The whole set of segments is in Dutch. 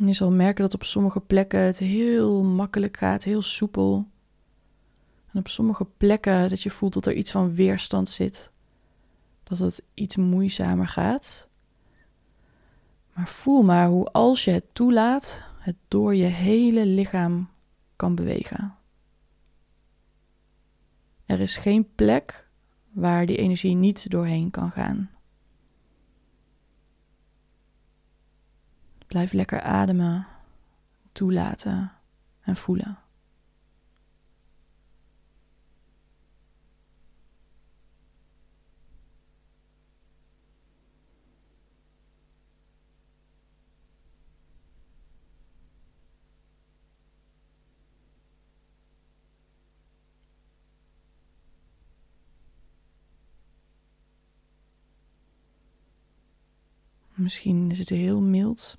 En je zal merken dat op sommige plekken het heel makkelijk gaat, heel soepel. En op sommige plekken dat je voelt dat er iets van weerstand zit. Dat het iets moeizamer gaat. Maar voel maar hoe als je het toelaat, het door je hele lichaam kan bewegen. Er is geen plek waar die energie niet doorheen kan gaan. Blijf lekker ademen, toelaten en voelen. Misschien is het heel mild,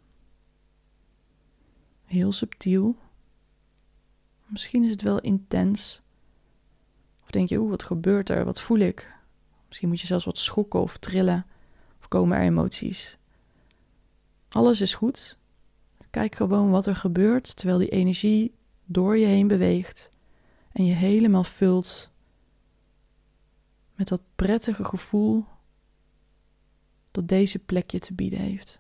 heel subtiel. Misschien is het wel intens. Of denk je, wat gebeurt er? Wat voel ik? Misschien moet je zelfs wat schokken of trillen. Of komen er emoties. Alles is goed. Kijk gewoon wat er gebeurt terwijl die energie door je heen beweegt. En je helemaal vult met dat prettige gevoel dat deze plek je te bieden heeft.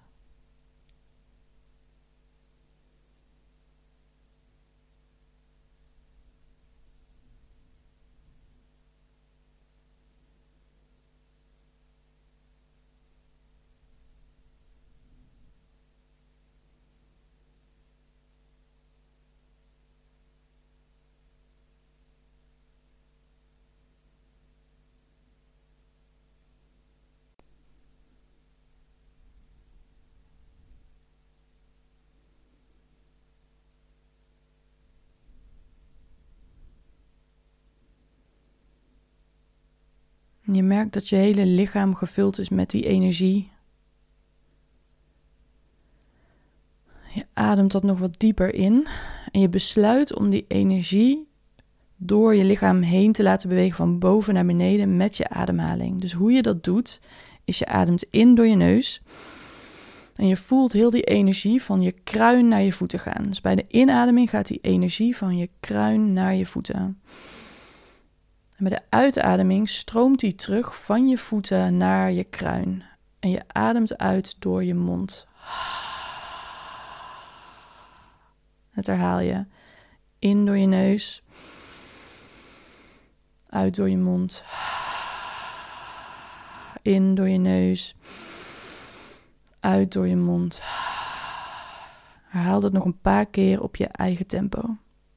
Je merkt dat je hele lichaam gevuld is met die energie. Je ademt dat nog wat dieper in en je besluit om die energie door je lichaam heen te laten bewegen van boven naar beneden met je ademhaling. Dus hoe je dat doet, is je ademt in door je neus en je voelt heel die energie van je kruin naar je voeten gaan. Dus bij de inademing gaat die energie van je kruin naar je voeten. En bij de uitademing stroomt die terug van je voeten naar je kruin. En je ademt uit door je mond. Dat herhaal je. In door je neus. Uit door je mond. In door je neus. Uit door je mond. Herhaal dat nog een paar keer op je eigen tempo.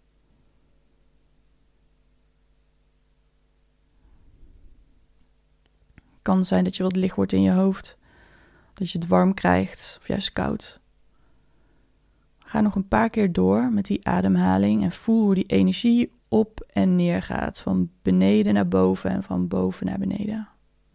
Het kan zijn dat je wat licht wordt in je hoofd. Dat je het warm krijgt of juist koud. Ga nog een paar keer door met die ademhaling en voel hoe die energie op en neer gaat. Van beneden naar boven en van boven naar beneden.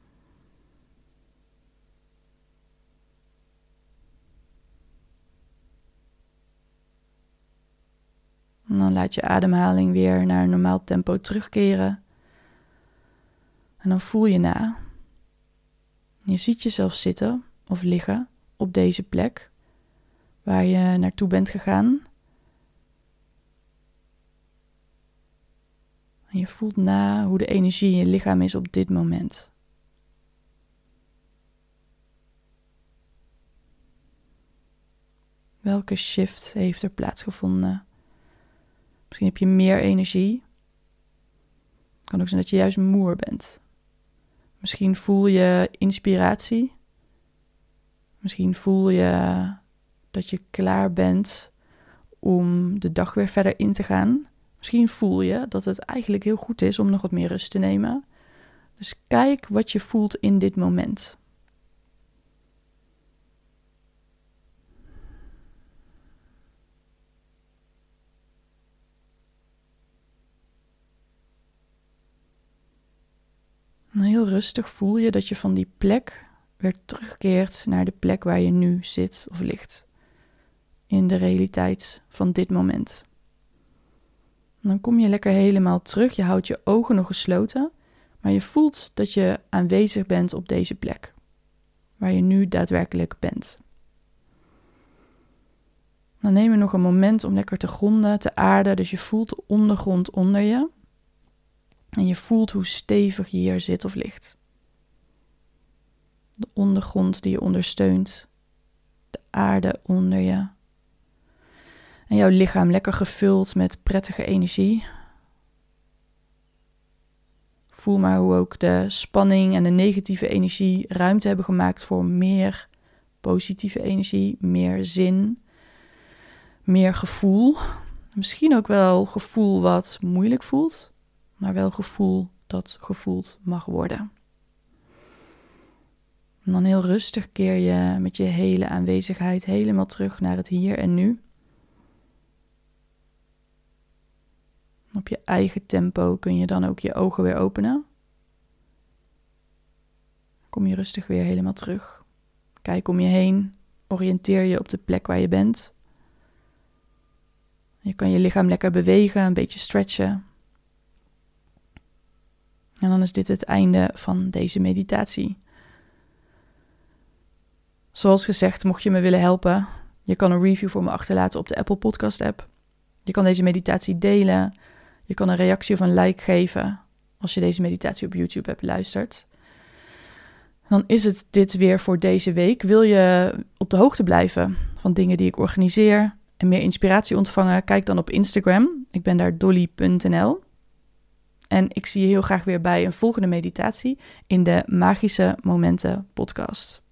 En dan laat je ademhaling weer naar een normaal tempo terugkeren. En dan voel je na. Je ziet jezelf zitten of liggen op deze plek waar je naartoe bent gegaan. En je voelt na hoe de energie in je lichaam is op dit moment. Welke shift heeft er plaatsgevonden? Misschien heb je meer energie. Het kan ook zijn dat je juist moer bent. Misschien voel je inspiratie. Misschien voel je dat je klaar bent om de dag weer verder in te gaan. Misschien voel je dat het eigenlijk heel goed is om nog wat meer rust te nemen. Dus kijk wat je voelt in dit moment. En heel rustig voel je dat je van die plek weer terugkeert naar de plek waar je nu zit of ligt. In de realiteit van dit moment. En dan kom je lekker helemaal terug. Je houdt je ogen nog gesloten. Maar je voelt dat je aanwezig bent op deze plek. Waar je nu daadwerkelijk bent. Dan neem je nog een moment om lekker te gronden, te aarden. Dus je voelt de ondergrond onder je. En je voelt hoe stevig je hier zit of ligt. De ondergrond die je ondersteunt. De aarde onder je. En jouw lichaam lekker gevuld met prettige energie. Voel maar hoe ook de spanning en de negatieve energie ruimte hebben gemaakt voor meer positieve energie, meer zin, meer gevoel. Misschien ook wel gevoel wat moeilijk voelt, maar wel gevoel dat gevoeld mag worden. En dan heel rustig keer je met je hele aanwezigheid helemaal terug naar het hier en nu. Op je eigen tempo kun je dan ook je ogen weer openen. Kom je rustig weer helemaal terug. Kijk om je heen. Oriënteer je op de plek waar je bent. Je kan je lichaam lekker bewegen, een beetje stretchen. En dan is dit het einde van deze meditatie. Zoals gezegd, mocht je me willen helpen, je kan een review voor me achterlaten op de Apple Podcast app. Je kan deze meditatie delen. Je kan een reactie of een like geven als je deze meditatie op YouTube hebt beluisterd. Dan is het dit weer voor deze week. Wil je op de hoogte blijven van dingen die ik organiseer en meer inspiratie ontvangen? Kijk dan op Instagram. Ik ben daar dolly.nl. En ik zie je heel graag weer bij een volgende meditatie in de Magische Momenten podcast.